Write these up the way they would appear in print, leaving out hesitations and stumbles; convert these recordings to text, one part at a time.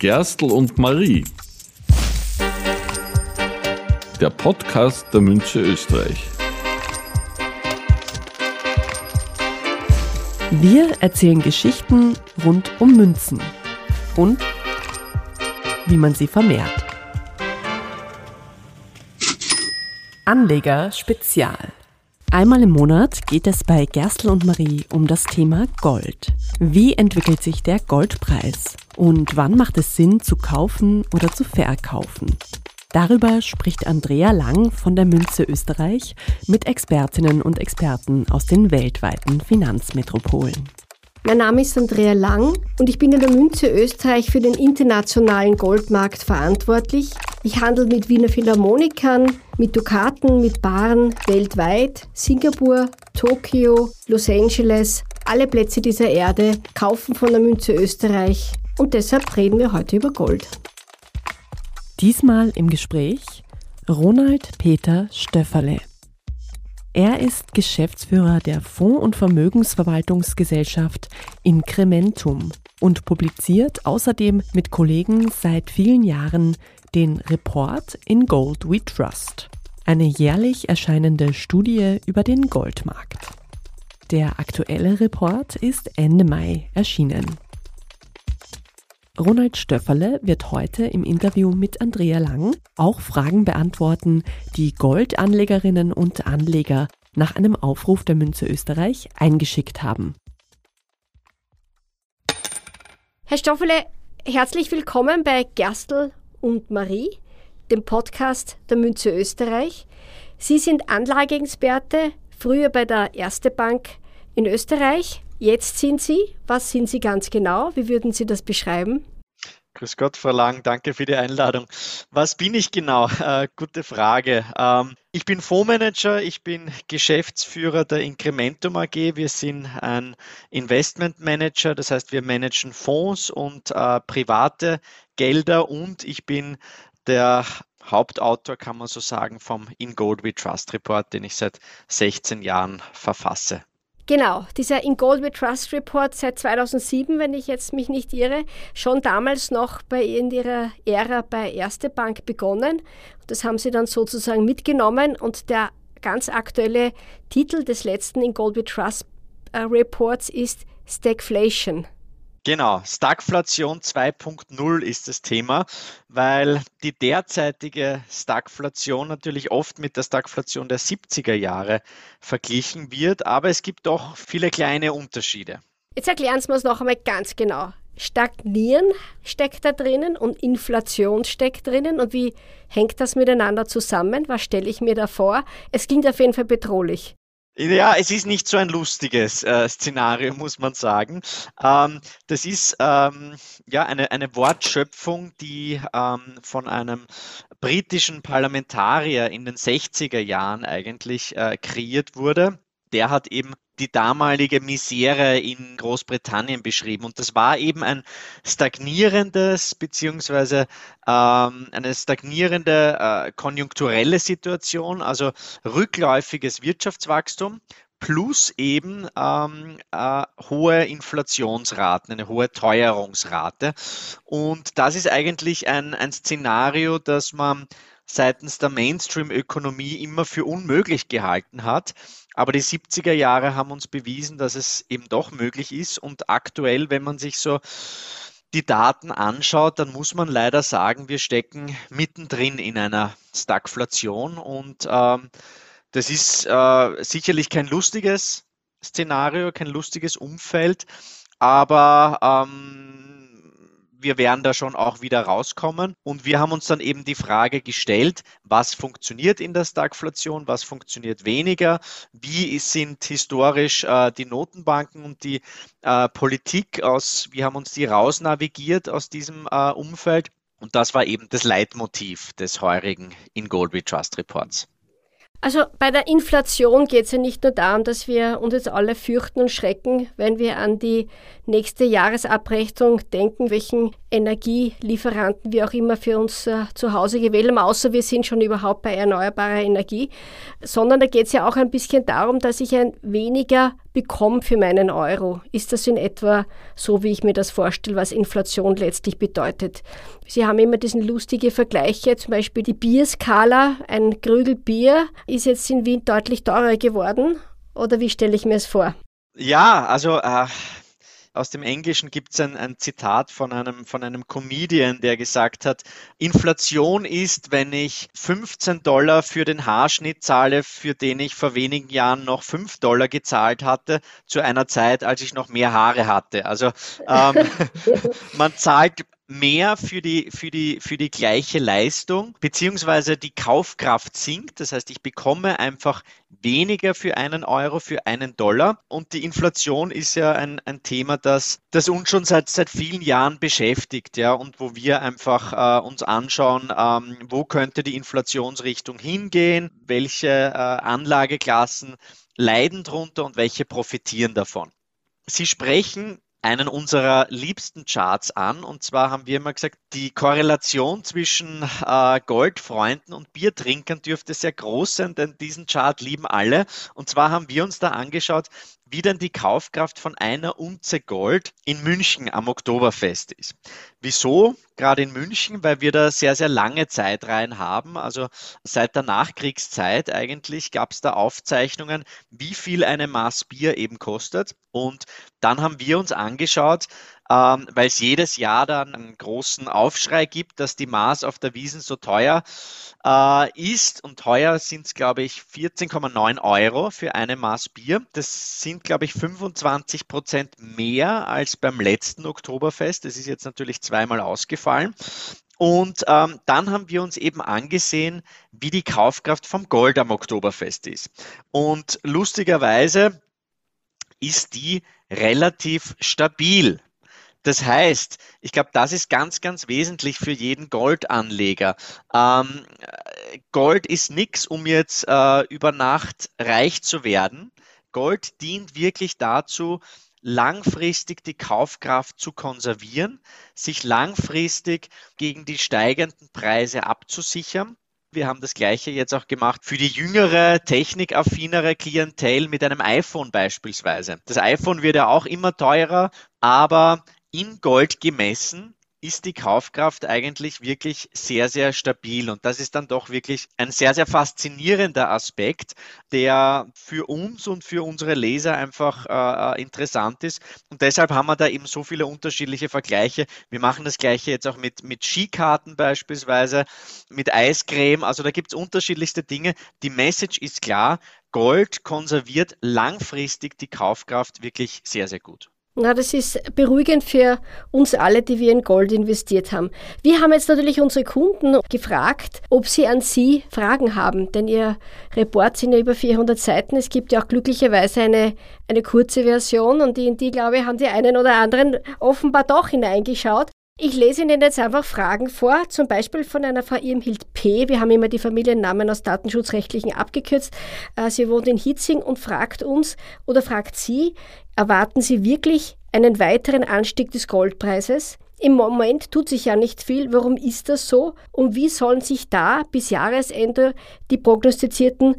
Gerstl und Marie. Der Podcast der Münze Österreich. Wir erzählen Geschichten rund um Münzen und wie man sie vermehrt. Anleger Spezial. Einmal im Monat geht es bei Gerstl und Marie um das Thema Gold. Wie entwickelt sich der Goldpreis? Und wann macht es Sinn zu kaufen oder zu verkaufen? Darüber spricht Andrea Lang von der Münze Österreich mit Expertinnen und Experten aus den weltweiten Finanzmetropolen. Mein Name ist Andrea Lang und ich bin in der Münze Österreich für den internationalen Goldmarkt verantwortlich. Ich handle mit Wiener Philharmonikern, mit Dukaten, mit Baren weltweit, Singapur, Tokio, Los Angeles, alle Plätze dieser Erde kaufen von der Münze Österreich und deshalb reden wir heute über Gold. Diesmal im Gespräch Ronald Peter Stöfferle. Er ist Geschäftsführer der Fonds- und Vermögensverwaltungsgesellschaft Incrementum und publiziert außerdem mit Kollegen seit vielen Jahren den Report In Gold We Trust, eine jährlich erscheinende Studie über den Goldmarkt. Der aktuelle Report ist Ende Mai erschienen. Ronald Stöfferle wird heute im Interview mit Andrea Lang auch Fragen beantworten, die Goldanlegerinnen und Anleger nach einem Aufruf der Münze Österreich eingeschickt haben. Herr Stöfferle, herzlich willkommen bei Gerstl und Marie, dem Podcast der Münze Österreich. Sie sind Anlageexperte, früher bei der Erste Bank in Österreich. Jetzt sind Sie. Was sind Sie ganz genau? Wie würden Sie das beschreiben? Grüß Gott, Frau Lang, danke für die Einladung. Was bin ich genau? Gute Frage. Ich bin Fondsmanager, ich bin Geschäftsführer der Incrementum AG. Wir sind ein Investmentmanager, das heißt, wir managen Fonds und private Gelder und ich bin der Hauptautor, kann man so sagen, vom In Gold We Trust Report, den ich seit 16 Jahren verfasse. Genau, dieser In Gold We Trust Report seit 2007, wenn ich jetzt mich nicht irre, schon damals noch in Ihrer Ära bei Erste Bank begonnen. Das haben Sie dann sozusagen mitgenommen und der ganz aktuelle Titel des letzten In Gold We Trust Reports ist Stagflation. Genau, Stagflation 2.0 ist das Thema, weil die derzeitige Stagflation natürlich oft mit der Stagflation der 70er Jahre verglichen wird, aber es gibt doch viele kleine Unterschiede. Jetzt erklären Sie mir es noch einmal ganz genau. Stagnieren steckt da drinnen und Inflation steckt drinnen und wie hängt das miteinander zusammen? Was stelle ich mir da vor? Es klingt auf jeden Fall bedrohlich. Ja, es ist nicht so ein lustiges Szenario, muss man sagen. Das ist eine Wortschöpfung, die von einem britischen Parlamentarier in den 60er Jahren eigentlich kreiert wurde. Der hat eben die damalige Misere in Großbritannien beschrieben. Und das war eben ein stagnierendes beziehungsweise eine stagnierende konjunkturelle Situation, also rückläufiges Wirtschaftswachstum plus eben hohe Inflationsraten, eine hohe Teuerungsrate. Und das ist eigentlich ein Szenario, das man seitens der Mainstream-Ökonomie immer für unmöglich gehalten hat. Aber die 70er Jahre haben uns bewiesen, dass es eben doch möglich ist. Und aktuell, wenn man sich so die Daten anschaut, dann muss man leider sagen, wir stecken mittendrin in einer Stagflation. Und das ist sicherlich kein lustiges Szenario, kein lustiges Umfeld. Aber wir werden da schon auch wieder rauskommen. Und wir haben uns dann eben die Frage gestellt, was funktioniert in der Stagflation, was funktioniert weniger, wie sind historisch die Notenbanken und die Politik wie haben uns die rausnavigiert aus diesem Umfeld. Und das war eben das Leitmotiv des heurigen In Gold We Trust Reports. Also bei der Inflation geht es ja nicht nur darum, dass wir uns jetzt alle fürchten und schrecken, wenn wir an die nächste Jahresabrechnung denken, welchen Energielieferanten, wie auch immer, für uns zu Hause gewählt haben, außer wir sind schon überhaupt bei erneuerbarer Energie, sondern da geht es ja auch ein bisschen darum, dass ich ein weniger bekomme für meinen Euro. Ist das in etwa so, wie ich mir das vorstelle, was Inflation letztlich bedeutet? Sie haben immer diesen lustige Vergleiche, zum Beispiel die Bierskala, ein Krügel Bier ist jetzt in Wien deutlich teurer geworden, oder wie stelle ich mir es vor? Ja, also aus dem Englischen gibt es ein Zitat von einem Comedian, der gesagt hat, Inflation ist, wenn ich $15 für den Haarschnitt zahle, für den ich vor wenigen Jahren noch $5 gezahlt hatte, zu einer Zeit, als ich noch mehr Haare hatte. Also man zahlt mehr für die gleiche Leistung, beziehungsweise die Kaufkraft sinkt. Das heißt, ich bekomme einfach weniger für einen Euro, für einen Dollar. Und die Inflation ist ja ein Thema, das uns schon seit vielen Jahren beschäftigt, ja, und wo wir einfach uns anschauen, wo könnte die Inflationsrichtung hingehen, welche Anlageklassen leiden drunter und welche profitieren davon. Sie sprechen einen unserer liebsten Charts an. Und zwar haben wir immer gesagt, die Korrelation zwischen Goldfreunden und Biertrinkern dürfte sehr groß sein, denn diesen Chart lieben alle. Und zwar haben wir uns da angeschaut, wie denn die Kaufkraft von einer Unze Gold in München am Oktoberfest ist. Wieso? Gerade in München, weil wir da sehr, sehr lange Zeitreihen haben. Also seit der Nachkriegszeit eigentlich gab es da Aufzeichnungen, wie viel eine Maß Bier eben kostet. Und dann haben wir uns angeschaut, weil es jedes Jahr dann einen großen Aufschrei gibt, dass die Maß auf der Wiesn so teuer ist. Und teuer sind es, glaube ich, 14,9 Euro für eine Maß Bier. Das sind, glaube ich, 25% mehr als beim letzten Oktoberfest. Das ist jetzt natürlich zweimal ausgefallen. Und dann haben wir uns eben angesehen, wie die Kaufkraft vom Gold am Oktoberfest ist. Und lustigerweise ist die relativ stabil. Das heißt, ich glaube, das ist ganz, ganz wesentlich für jeden Goldanleger. Gold ist nichts, um jetzt über Nacht reich zu werden. Gold dient wirklich dazu, langfristig die Kaufkraft zu konservieren, sich langfristig gegen die steigenden Preise abzusichern. Wir haben das Gleiche jetzt auch gemacht für die jüngere, technikaffinere Klientel mit einem iPhone beispielsweise. Das iPhone wird ja auch immer teurer, aber in Gold gemessen ist die Kaufkraft eigentlich wirklich sehr, sehr stabil. Und das ist dann doch wirklich ein sehr, sehr faszinierender Aspekt, der für uns und für unsere Leser einfach interessant ist. Und deshalb haben wir da eben so viele unterschiedliche Vergleiche. Wir machen das Gleiche jetzt auch mit Skikarten beispielsweise, mit Eiscreme. Also da gibt es unterschiedlichste Dinge. Die Message ist klar, Gold konserviert langfristig die Kaufkraft wirklich sehr, sehr gut. Na, das ist beruhigend für uns alle, die wir in Gold investiert haben. Wir haben jetzt natürlich unsere Kunden gefragt, ob sie an Sie Fragen haben, denn Ihr Report sind ja über 400 Seiten. Es gibt ja auch glücklicherweise eine kurze Version und in die, glaube ich, haben die einen oder anderen offenbar doch hineingeschaut. Ich lese Ihnen jetzt einfach Fragen vor, zum Beispiel von einer Frau Irmhild P. Wir haben immer die Familiennamen aus datenschutzrechtlichen abgekürzt. Sie wohnt in Hitzing und fragt uns oder fragt Sie, erwarten Sie wirklich einen weiteren Anstieg des Goldpreises? Im Moment tut sich ja nicht viel. Warum ist das so? Und wie sollen sich da bis Jahresende die prognostizierten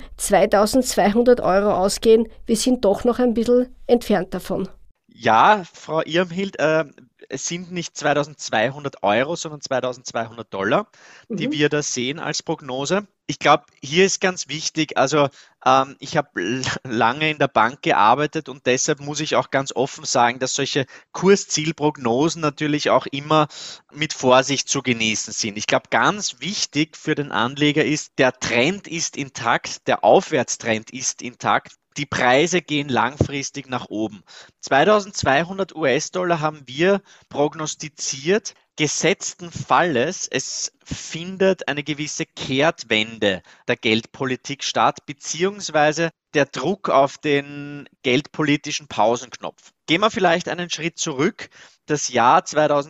2.200 Euro ausgehen? Wir sind doch noch ein bisschen entfernt davon. Ja, Frau Irmhild, es sind nicht 2.200 Euro, sondern 2.200 Dollar, die wir da sehen als Prognose. Ich glaube, hier ist ganz wichtig, also ich habe lange in der Bank gearbeitet und deshalb muss ich auch ganz offen sagen, dass solche Kurszielprognosen natürlich auch immer mit Vorsicht zu genießen sind. Ich glaube, ganz wichtig für den Anleger ist, der Trend ist intakt, der Aufwärtstrend ist intakt. Die Preise gehen langfristig nach oben. 2.200 US-Dollar haben wir prognostiziert. Gesetzten Falles, es findet eine gewisse Kehrtwende der Geldpolitik statt, beziehungsweise der Druck auf den geldpolitischen Pausenknopf. Gehen wir vielleicht einen Schritt zurück. Das Jahr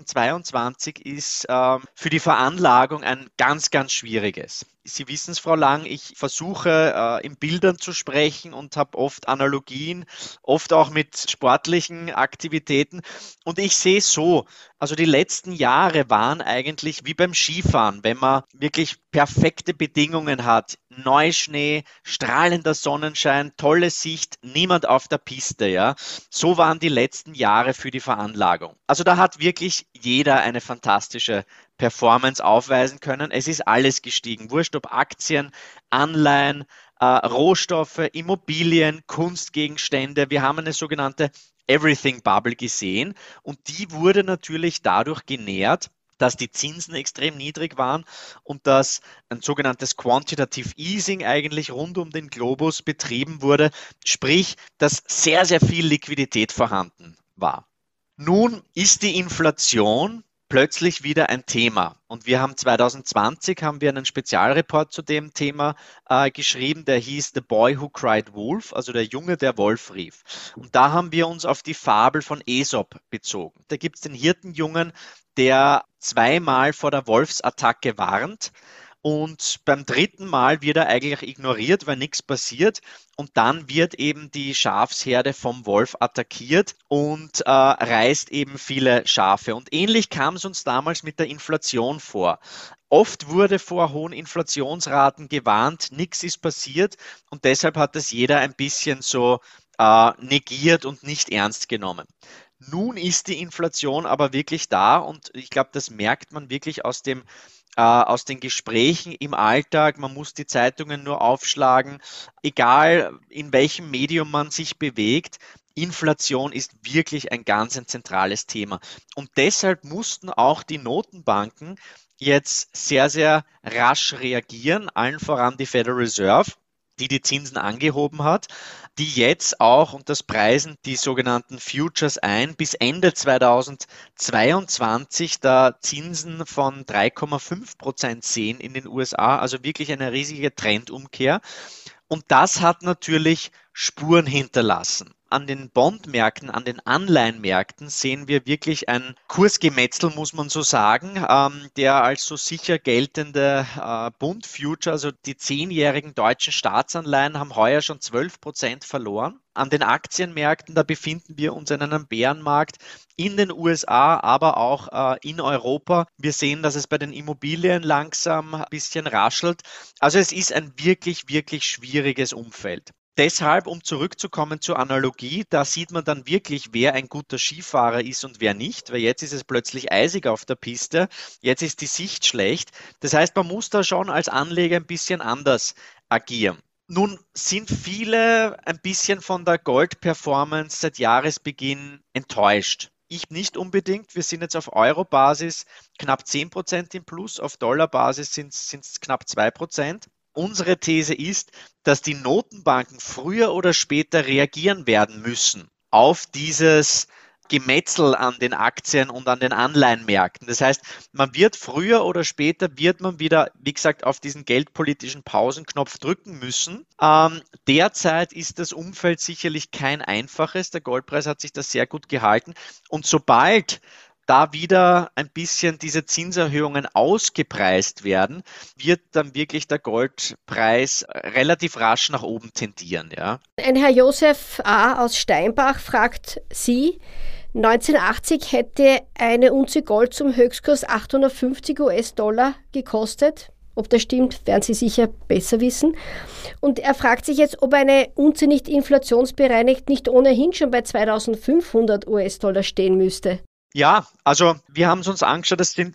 2022 ist für die Veranlagung ein ganz, ganz schwieriges. Sie wissen es, Frau Lang, ich versuche in Bildern zu sprechen und habe oft Analogien, oft auch mit sportlichen Aktivitäten. Und ich sehe es so, Also die letzten Jahre waren eigentlich wie beim Skifahren, wenn man wirklich perfekte Bedingungen hat, Neuschnee, strahlender Sonnenschein, tolle Sicht, niemand auf der Piste, ja. So waren die letzten Jahre für die Veranlagung. Also da hat wirklich jeder eine fantastische Performance aufweisen können. Es ist alles gestiegen, wurscht ob Aktien, Anleihen, Rohstoffe, Immobilien, Kunstgegenstände. Wir haben eine sogenannte Everything Bubble gesehen und die wurde natürlich dadurch genährt, dass die Zinsen extrem niedrig waren und dass ein sogenanntes Quantitative Easing eigentlich rund um den Globus betrieben wurde, sprich, dass sehr, sehr viel Liquidität vorhanden war. Nun ist die Inflation plötzlich wieder ein Thema. Und wir haben 2020 einen Spezialreport zu dem Thema geschrieben, der hieß The Boy Who Cried Wolf, also der Junge, der Wolf rief. Und da haben wir uns auf die Fabel von Aesop bezogen. Da gibt es den Hirtenjungen, der zweimal vor der Wolfsattacke warnt. Und beim dritten Mal wird er eigentlich ignoriert, weil nichts passiert. Und dann wird eben die Schafsherde vom Wolf attackiert und reißt eben viele Schafe. Und ähnlich kam es uns damals mit der Inflation vor. Oft wurde vor hohen Inflationsraten gewarnt, nichts ist passiert und deshalb hat es jeder ein bisschen so negiert und nicht ernst genommen. Nun ist die Inflation aber wirklich da und ich glaube, das merkt man wirklich aus den Gesprächen im Alltag. Man muss die Zeitungen nur aufschlagen, egal in welchem Medium man sich bewegt. Inflation ist wirklich ein ganz zentrales Thema. Und deshalb mussten auch die Notenbanken jetzt sehr, sehr rasch reagieren, allen voran die Federal Reserve, die Zinsen angehoben hat, die jetzt auch, und das preisen die sogenannten Futures ein, bis Ende 2022 da Zinsen von 3,5% sehen in den USA, also wirklich eine riesige Trendumkehr. Und das hat natürlich Spuren hinterlassen. An den Bondmärkten, an den Anleihenmärkten sehen wir wirklich ein Kursgemetzel, muss man so sagen, der als so sicher geltende Bund-Future, also die 10-jährigen deutschen Staatsanleihen haben heuer schon 12% verloren. An den Aktienmärkten, da befinden wir uns in einem Bärenmarkt in den USA, aber auch in Europa. Wir sehen, dass es bei den Immobilien langsam ein bisschen raschelt. Also es ist ein wirklich, wirklich schwieriges Umfeld. Deshalb, um zurückzukommen zur Analogie, da sieht man dann wirklich, wer ein guter Skifahrer ist und wer nicht, weil jetzt ist es plötzlich eisig auf der Piste, jetzt ist die Sicht schlecht. Das heißt, man muss da schon als Anleger ein bisschen anders agieren. Nun sind viele ein bisschen von der Gold-Performance seit Jahresbeginn enttäuscht. Ich nicht unbedingt. Wir sind jetzt auf Euro-Basis knapp 10% im Plus, auf Dollar-Basis sind es knapp 2%. Unsere These ist, dass die Notenbanken früher oder später reagieren werden müssen auf dieses Gemetzel an den Aktien und an den Anleihenmärkten. Das heißt, man wird früher oder später wieder, wie gesagt, auf diesen geldpolitischen Pausenknopf drücken müssen. Derzeit ist das Umfeld sicherlich kein einfaches. Der Goldpreis hat sich da sehr gut gehalten. Und sobald da wieder ein bisschen diese Zinserhöhungen ausgepreist werden, wird dann wirklich der Goldpreis relativ rasch nach oben tendieren. Ja. Ein Herr Josef A. aus Steinbach fragt Sie, 1980 hätte eine Unze Gold zum Höchstkurs 850 US-Dollar gekostet. Ob das stimmt, werden Sie sicher besser wissen. Und er fragt sich jetzt, ob eine Unze nicht inflationsbereinigt nicht ohnehin schon bei 2500 US-Dollar stehen müsste. Ja, also wir haben es uns angeschaut, das sind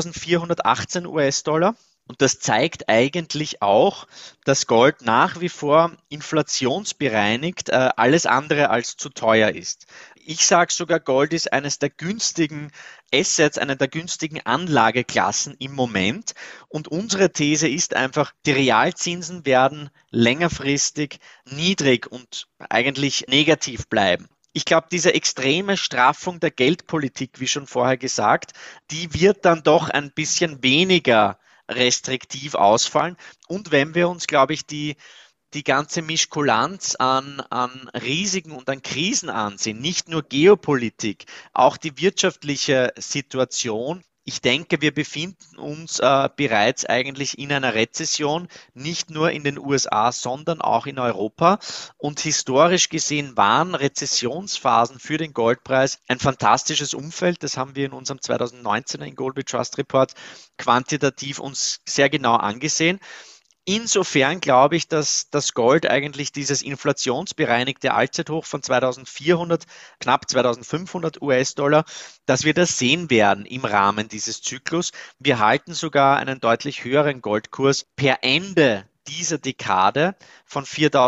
2418 US-Dollar und das zeigt eigentlich auch, dass Gold nach wie vor inflationsbereinigt alles andere als zu teuer ist. Ich sage sogar, Gold ist eines der günstigen Assets, eine der günstigen Anlageklassen im Moment und unsere These ist einfach, die Realzinsen werden längerfristig niedrig und eigentlich negativ bleiben. Ich glaube, diese extreme Straffung der Geldpolitik, wie schon vorher gesagt, die wird dann doch ein bisschen weniger restriktiv ausfallen. Und wenn wir uns, glaube ich, die ganze Mischkulanz an Risiken und an Krisen ansehen, nicht nur Geopolitik, auch die wirtschaftliche Situation, Ich denke, wir befinden uns bereits eigentlich in einer Rezession, nicht nur in den USA, sondern auch in Europa. Und historisch gesehen waren Rezessionsphasen für den Goldpreis ein fantastisches Umfeld. Das haben wir in unserem 2019er Ingoldby Trust Report quantitativ uns sehr genau angesehen. Insofern glaube ich, dass das Gold eigentlich dieses inflationsbereinigte Allzeithoch von 2400, knapp 2500 US-Dollar, dass wir das sehen werden im Rahmen dieses Zyklus. Wir halten sogar einen deutlich höheren Goldkurs per Ende dieser Dekade von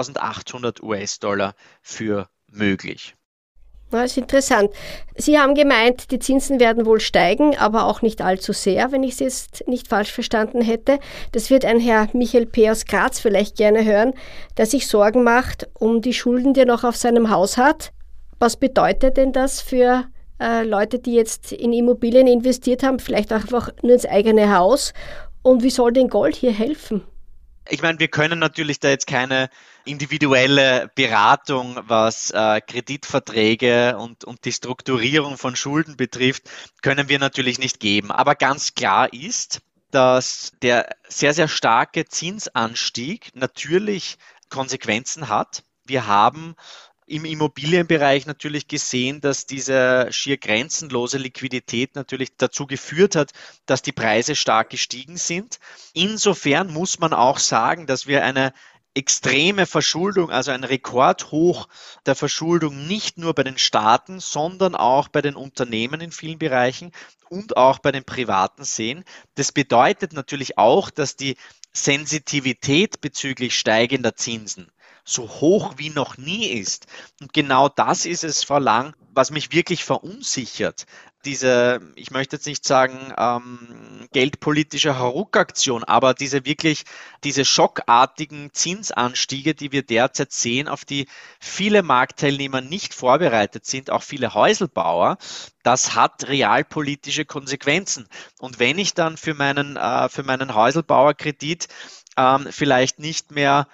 4800 US-Dollar für möglich. Das ist interessant. Sie haben gemeint, die Zinsen werden wohl steigen, aber auch nicht allzu sehr, wenn ich Sie jetzt nicht falsch verstanden hätte. Das wird ein Herr Michael P. aus Graz vielleicht gerne hören, der sich Sorgen macht um die Schulden, die er noch auf seinem Haus hat. Was bedeutet denn das für Leute, die jetzt in Immobilien investiert haben, vielleicht auch einfach nur ins eigene Haus? Und wie soll denn Gold hier helfen? Ich meine, wir können natürlich da jetzt keine individuelle Beratung, was Kreditverträge und die Strukturierung von Schulden betrifft, können wir natürlich nicht geben. Aber ganz klar ist, dass der sehr, sehr starke Zinsanstieg natürlich Konsequenzen hat. Wir haben im Immobilienbereich natürlich gesehen, dass diese schier grenzenlose Liquidität natürlich dazu geführt hat, dass die Preise stark gestiegen sind. Insofern muss man auch sagen, dass wir eine extreme Verschuldung, also ein Rekordhoch der Verschuldung nicht nur bei den Staaten, sondern auch bei den Unternehmen in vielen Bereichen und auch bei den Privaten sehen. Das bedeutet natürlich auch, dass die Sensitivität bezüglich steigender Zinsen so hoch wie noch nie ist. Und genau das ist es, Frau Lang, was mich wirklich verunsichert. Diese, ich möchte jetzt nicht sagen, geldpolitische Hauruck-Aktion, aber diese schockartigen Zinsanstiege, die wir derzeit sehen, auf die viele Marktteilnehmer nicht vorbereitet sind, auch viele Häuselbauer, das hat realpolitische Konsequenzen. Und wenn ich dann für meinen Häuselbauerkredit vielleicht nicht mehr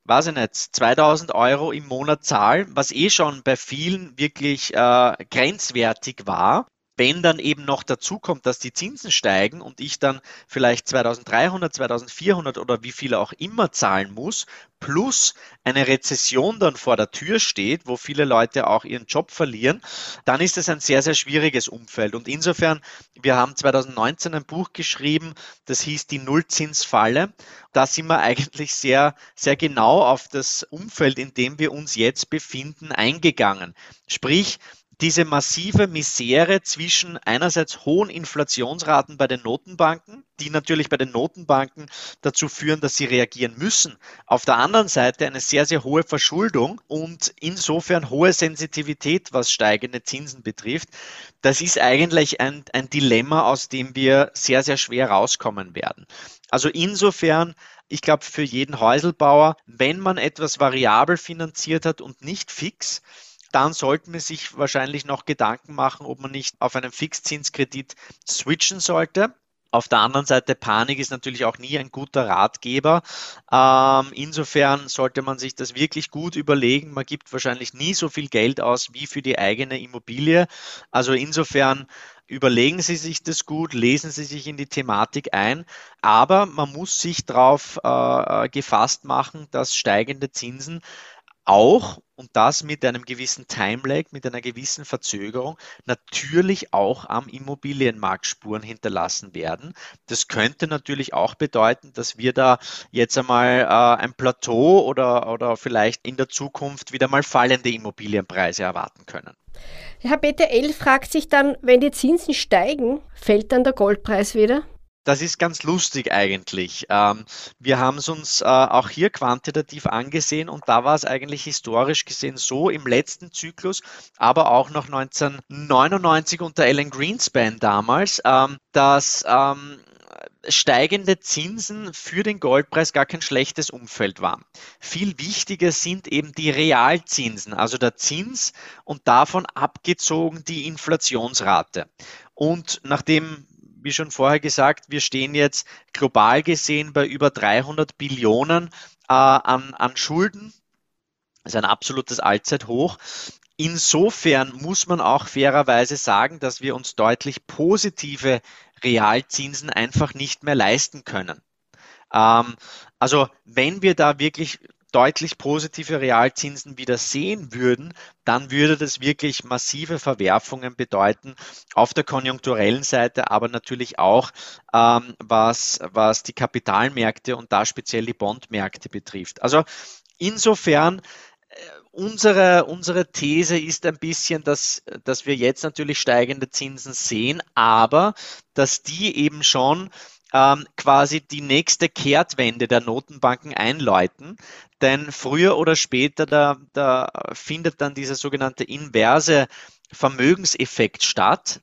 2000 Euro im Monat zahle, was schon bei vielen wirklich grenzwertig war. Wenn dann eben noch dazu kommt, dass die Zinsen steigen und ich dann vielleicht 2300, 2400 oder wie viel auch immer zahlen muss, plus eine Rezession dann vor der Tür steht, wo viele Leute auch ihren Job verlieren, dann ist es ein sehr, sehr schwieriges Umfeld. Und insofern, wir haben 2019 ein Buch geschrieben, das hieß Die Nullzinsfalle. Da sind wir eigentlich sehr, sehr genau auf das Umfeld, in dem wir uns jetzt befinden, eingegangen. Sprich, diese massive Misere zwischen einerseits hohen Inflationsraten bei den Notenbanken, die natürlich bei den Notenbanken dazu führen, dass sie reagieren müssen. Auf der anderen Seite eine sehr, sehr hohe Verschuldung und insofern hohe Sensitivität, was steigende Zinsen betrifft. Das ist eigentlich ein Dilemma, aus dem wir sehr, sehr schwer rauskommen werden. Also insofern, ich glaube, für jeden Häuselbauer, wenn man etwas variabel finanziert hat und nicht fix, dann sollte man sich wahrscheinlich noch Gedanken machen, ob man nicht auf einen Fixzinskredit switchen sollte. Auf der anderen Seite, Panik ist natürlich auch nie ein guter Ratgeber. Insofern sollte man sich das wirklich gut überlegen. Man gibt wahrscheinlich nie so viel Geld aus wie für die eigene Immobilie. Also insofern überlegen Sie sich das gut, lesen Sie sich in die Thematik ein. Aber man muss sich darauf gefasst machen, dass steigende Zinsen auch, und das mit einem gewissen Timelag, mit einer gewissen Verzögerung, natürlich auch am Immobilienmarkt Spuren hinterlassen werden. Das könnte natürlich auch bedeuten, dass wir da jetzt einmal ein Plateau oder vielleicht in der Zukunft wieder mal fallende Immobilienpreise erwarten können. Herr Peter L. fragt sich dann, wenn die Zinsen steigen, fällt dann der Goldpreis wieder? Das ist ganz lustig eigentlich. Wir haben es uns auch hier quantitativ angesehen und da war es eigentlich historisch gesehen so im letzten Zyklus, aber auch noch 1999 unter Alan Greenspan damals, dass steigende Zinsen für den Goldpreis gar kein schlechtes Umfeld waren. Viel wichtiger sind eben die Realzinsen, also der Zins und davon abgezogen die Inflationsrate. Und nachdem, wie schon vorher gesagt, wir stehen jetzt global gesehen bei über 300 Billionen an Schulden. Das ist ein absolutes Allzeithoch. Insofern muss man auch fairerweise sagen, dass wir uns deutlich positive Realzinsen einfach nicht mehr leisten können. Also wenn wir da wirklich deutlich positive Realzinsen wieder sehen würden, dann würde das wirklich massive Verwerfungen bedeuten auf der konjunkturellen Seite, aber natürlich auch was die Kapitalmärkte und da speziell die Bondmärkte betrifft. Also insofern unsere These ist ein bisschen, dass wir jetzt natürlich steigende Zinsen sehen, aber dass die eben schon quasi die nächste Kehrtwende der Notenbanken einläuten. Denn früher oder später, da findet dann dieser sogenannte inverse Vermögenseffekt statt.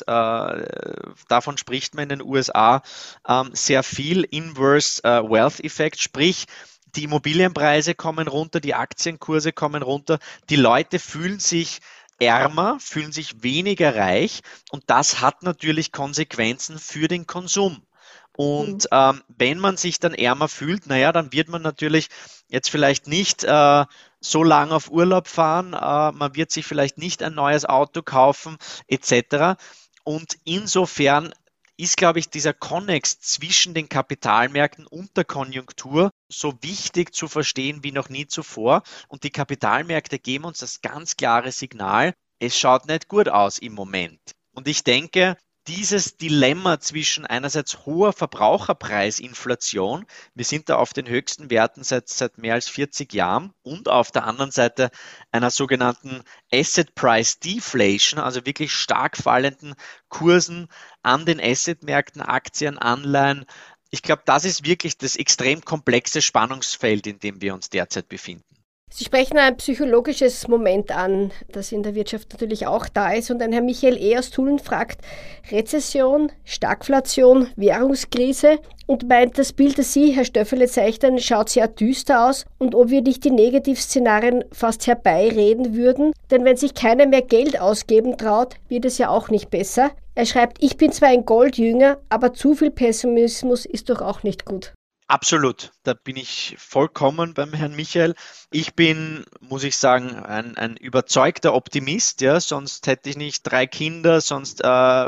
Davon spricht man in den USA sehr viel, Inverse Wealth Effect, sprich, die Immobilienpreise kommen runter, die Aktienkurse kommen runter, die Leute fühlen sich ärmer, fühlen sich weniger reich und das hat natürlich Konsequenzen für den Konsum. Und wenn man sich dann ärmer fühlt, naja, dann wird man natürlich jetzt vielleicht nicht so lange auf Urlaub fahren, man wird sich vielleicht nicht ein neues Auto kaufen, etc. Und insofern ist, glaube ich, dieser Konnex zwischen den Kapitalmärkten und der Konjunktur so wichtig zu verstehen wie noch nie zuvor. Und die Kapitalmärkte geben uns das ganz klare Signal, es schaut nicht gut aus im Moment. Und ich denke, dieses Dilemma zwischen einerseits hoher Verbraucherpreisinflation, wir sind da auf den höchsten Werten seit mehr als 40 Jahren, und auf der anderen Seite einer sogenannten Asset Price Deflation, also wirklich stark fallenden Kursen an den Assetmärkten, Aktien, Anleihen. Ich glaube, das ist wirklich das extrem komplexe Spannungsfeld, in dem wir uns derzeit befinden. Sie sprechen ein psychologisches Moment an, das in der Wirtschaft natürlich auch da ist. Und ein Herr Michael E. aus Tulln fragt, Rezession, Stagflation, Währungskrise und meint, das Bild, das Sie, Herr Stöfferle, zeichnen, schaut sehr düster aus und ob wir nicht die Negativszenarien fast herbeireden würden. Denn wenn sich keiner mehr Geld ausgeben traut, wird es ja auch nicht besser. Er schreibt, ich bin zwar ein Goldjünger, aber zu viel Pessimismus ist doch auch nicht gut. Absolut, da bin ich vollkommen beim Herrn Michael. Ich bin, muss ich sagen, ein überzeugter Optimist, ja, sonst hätte ich nicht 3 Kinder, sonst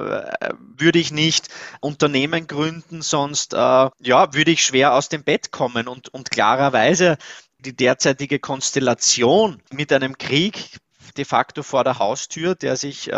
würde ich nicht Unternehmen gründen, sonst würde ich schwer aus dem Bett kommen und klarerweise die derzeitige Konstellation mit einem Krieg de facto vor der Haustür, der sich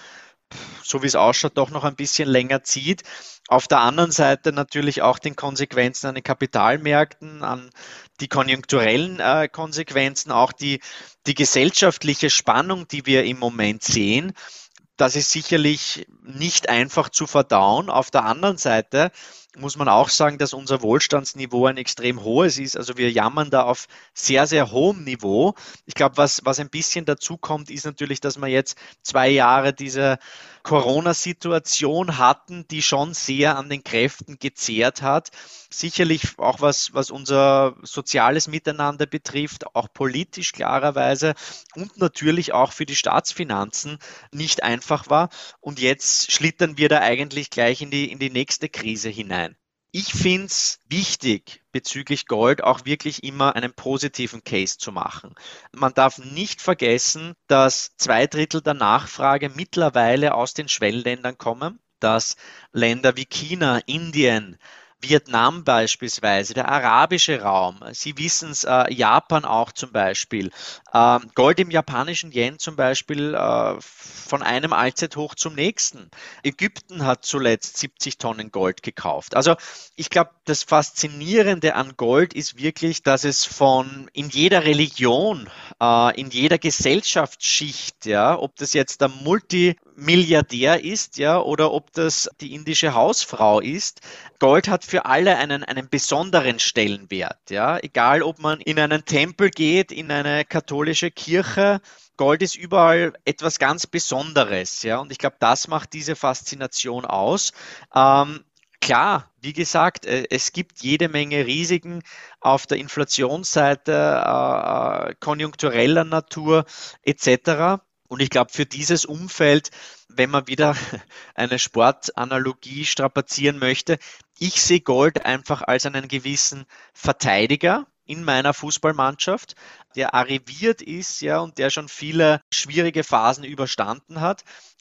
so wie es ausschaut, doch noch ein bisschen länger zieht. Auf der anderen Seite natürlich auch den Konsequenzen an den Kapitalmärkten, an die konjunkturellen Konsequenzen, auch die gesellschaftliche Spannung, die wir im Moment sehen. Das ist sicherlich nicht einfach zu verdauen. Auf der anderen Seite muss man auch sagen, dass unser Wohlstandsniveau ein extrem hohes ist. Also wir jammern da auf sehr, sehr hohem Niveau. Ich glaube, was ein bisschen dazu kommt, ist natürlich, dass wir jetzt 2 Jahre diese Corona-Situation hatten, die schon sehr an den Kräften gezehrt hat. Sicherlich auch was unser soziales Miteinander betrifft, auch politisch klarerweise und natürlich auch für die Staatsfinanzen nicht einfach war. Und jetzt schlittern wir da eigentlich gleich in die nächste Krise hinein. Ich finde es wichtig, bezüglich Gold auch wirklich immer einen positiven Case zu machen. Man darf nicht vergessen, dass 2/3 der Nachfrage mittlerweile aus den Schwellenländern kommen, dass Länder wie China, Indien, Vietnam beispielsweise, der arabische Raum, Sie wissen es, Japan auch zum Beispiel, Gold im japanischen Yen zum Beispiel von einem Allzeithoch zum nächsten. Ägypten hat zuletzt 70 Tonnen Gold gekauft. Also ich glaube, das Faszinierende an Gold ist wirklich, dass es in jeder Religion, in jeder Gesellschaftsschicht, ja, ob das jetzt der Multimilliardär ist, ja, oder ob das die indische Hausfrau ist, Gold hat für alle einen besonderen Stellenwert. Ja? Egal, ob man in einen Tempel geht, in eine katholische Kirche, Gold ist überall etwas ganz Besonderes. Ja? Und ich glaube, das macht diese Faszination aus. Klar, wie gesagt, es gibt jede Menge Risiken auf der Inflationsseite, konjunktureller Natur etc. Und ich glaube, für dieses Umfeld, wenn man wieder eine Sportanalogie strapazieren möchte, ich sehe Gold einfach als einen gewissen Verteidiger in meiner Fußballmannschaft, der arriviert ist, ja, und der schon viele schwierige Phasen überstanden hat.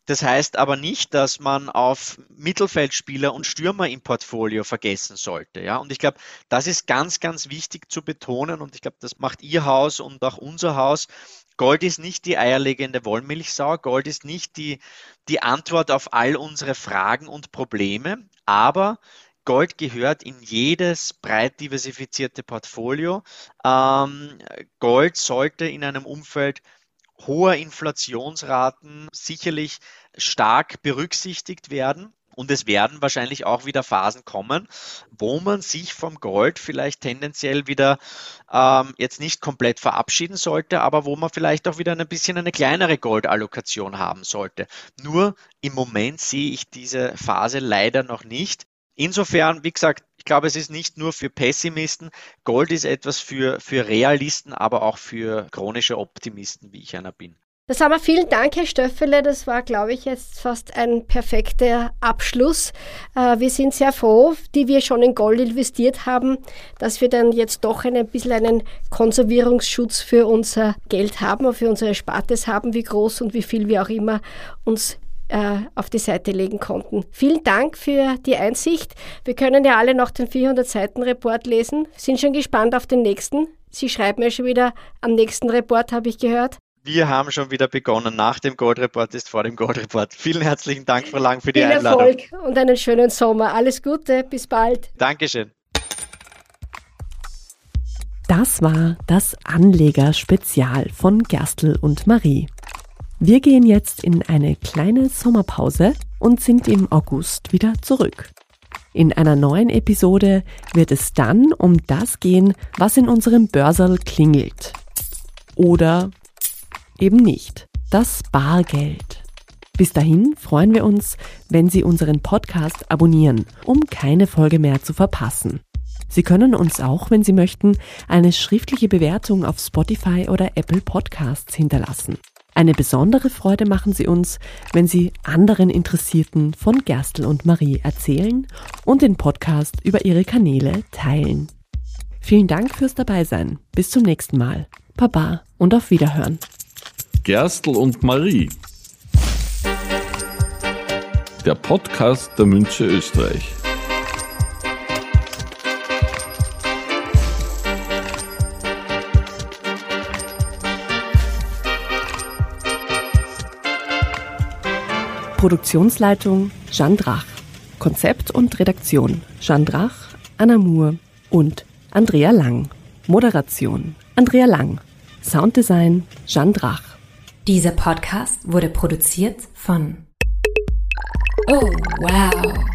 Das heißt aber nicht, dass man auf Mittelfeldspieler und Stürmer im Portfolio vergessen sollte. Ja? Und ich glaube, das ist ganz, ganz wichtig zu betonen und ich glaube, das macht Ihr Haus und auch unser Haus. Gold ist nicht die eierlegende Wollmilchsau, Gold ist nicht die Antwort auf all unsere Fragen und Probleme, aber Gold gehört in jedes breit diversifizierte Portfolio. Gold sollte in einem Umfeld hoher Inflationsraten sicherlich stark berücksichtigt werden. Und es werden wahrscheinlich auch wieder Phasen kommen, wo man sich vom Gold vielleicht tendenziell wieder jetzt nicht komplett verabschieden sollte, aber wo man vielleicht auch wieder ein bisschen eine kleinere Goldallokation haben sollte. Nur im Moment sehe ich diese Phase leider noch nicht. Insofern, wie gesagt, ich glaube, es ist nicht nur für Pessimisten. Gold ist etwas für Realisten, aber auch für chronische Optimisten, wie ich einer bin. Das haben wir. Vielen Dank, Herr Stöffele. Das war, glaube ich, jetzt fast ein perfekter Abschluss. Wir sind sehr froh, die wir schon in Gold investiert haben, dass wir dann jetzt doch ein bisschen einen Konservierungsschutz für unser Geld haben und für unsere Erspartes haben, wie groß und wie viel wir auch immer uns auf die Seite legen konnten. Vielen Dank für die Einsicht. Wir können ja alle noch den 400-Seiten-Report lesen. Sind schon gespannt auf den nächsten. Sie schreiben ja schon wieder am nächsten Report, habe ich gehört. Wir haben schon wieder begonnen. Nach dem Goldreport ist vor dem Goldreport. Vielen herzlichen Dank, Frau Lang, für die Einladung. Viel Erfolg und einen schönen Sommer. Alles Gute, bis bald. Dankeschön. Das war das Anleger-Spezial von Gerstl und Marie. Wir gehen jetzt in eine kleine Sommerpause und sind im August wieder zurück. In einer neuen Episode wird es dann um das gehen, was in unserem Börserl klingelt. Oder eben nicht. Das Bargeld. Bis dahin freuen wir uns, wenn Sie unseren Podcast abonnieren, um keine Folge mehr zu verpassen. Sie können uns auch, wenn Sie möchten, eine schriftliche Bewertung auf Spotify oder Apple Podcasts hinterlassen. Eine besondere Freude machen Sie uns, wenn Sie anderen Interessierten von Gerstl und Marie erzählen und den Podcast über Ihre Kanäle teilen. Vielen Dank fürs Dabeisein. Bis zum nächsten Mal. Baba und auf Wiederhören. Gerstl und Marie. Der Podcast der Münze Österreich. Produktionsleitung Jeanne Drach. Konzept und Redaktion Jeanne Drach, Anna Moore und Andrea Lang. Moderation Andrea Lang. Sounddesign Jeanne Drach. Dieser Podcast wurde produziert von Oh, wow.